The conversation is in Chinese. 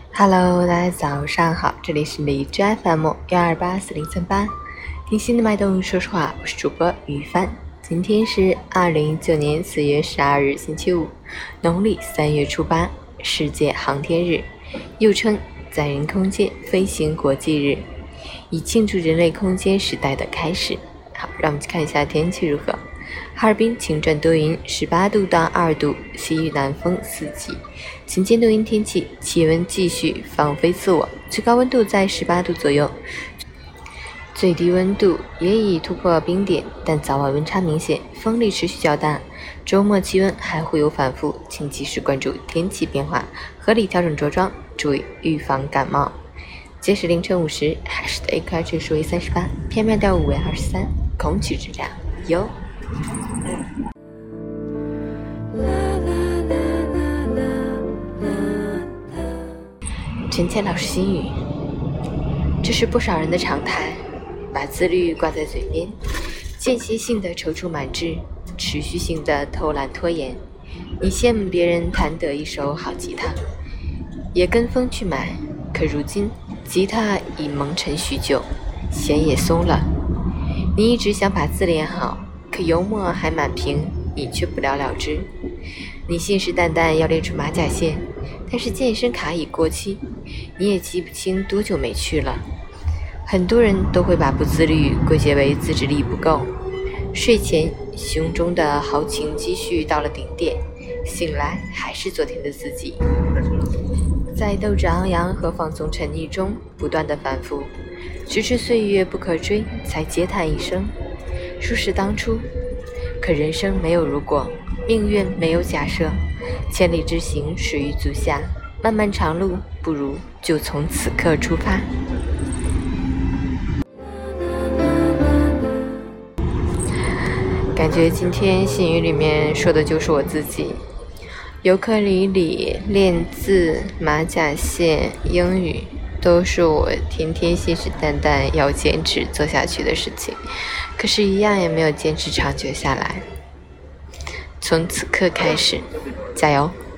Hello，大家早上好，这里是荔枝 FM12840338，听心的脉动，说实话，我是主播于帆。今天是2019年4月12日，星期五，农历3月初8，世界航天日，又称载人空间飞行国际日，以庆祝人类空间时代的开始。好，让我们去看一下天气如何。哈尔滨晴转多云，18度到2度，西域南风4级。晴间多云天气，气温继续放飞自我，最高温度在18度左右，最低温度也已突破冰点，但早晚温差明显，风力持续较大。周末气温还会有反复，请及时关注天气变化，合理调整着装，注意预防感冒。截止凌晨5时，海市的 AQI 指数为38，PM2.5为23，空气质量优。陈倩老师心语：这是不少人的常态，把自律挂在嘴边，间歇性的踌躇满志，持续性的偷懒拖延。你羡慕别人弹得一手好吉他，也跟风去买，可如今吉他已蒙尘许久，弦也松了。你一直想把字练好，可油墨还满屏，你却不了了之。你信誓旦旦要练出马甲线，但是健身卡已过期，你也记不清多久没去了。很多人都会把不自律归结为自制力不够，睡前胸中的豪情积蓄到了顶点，醒来还是昨天的自己，在斗志昂扬和放纵沉溺中不断的反复，直至岁月不可追，才嗟叹一声：若是当初。可人生没有如果，命运没有假设，千里之行始于足下，漫漫长路不如就从此刻出发。感觉今天信语里面说的就是我自己，尤克里里、练字、马甲线、英语都是我天天信誓旦旦要坚持做下去的事情，可是一样也没有坚持长久下来。从此刻开始，加油！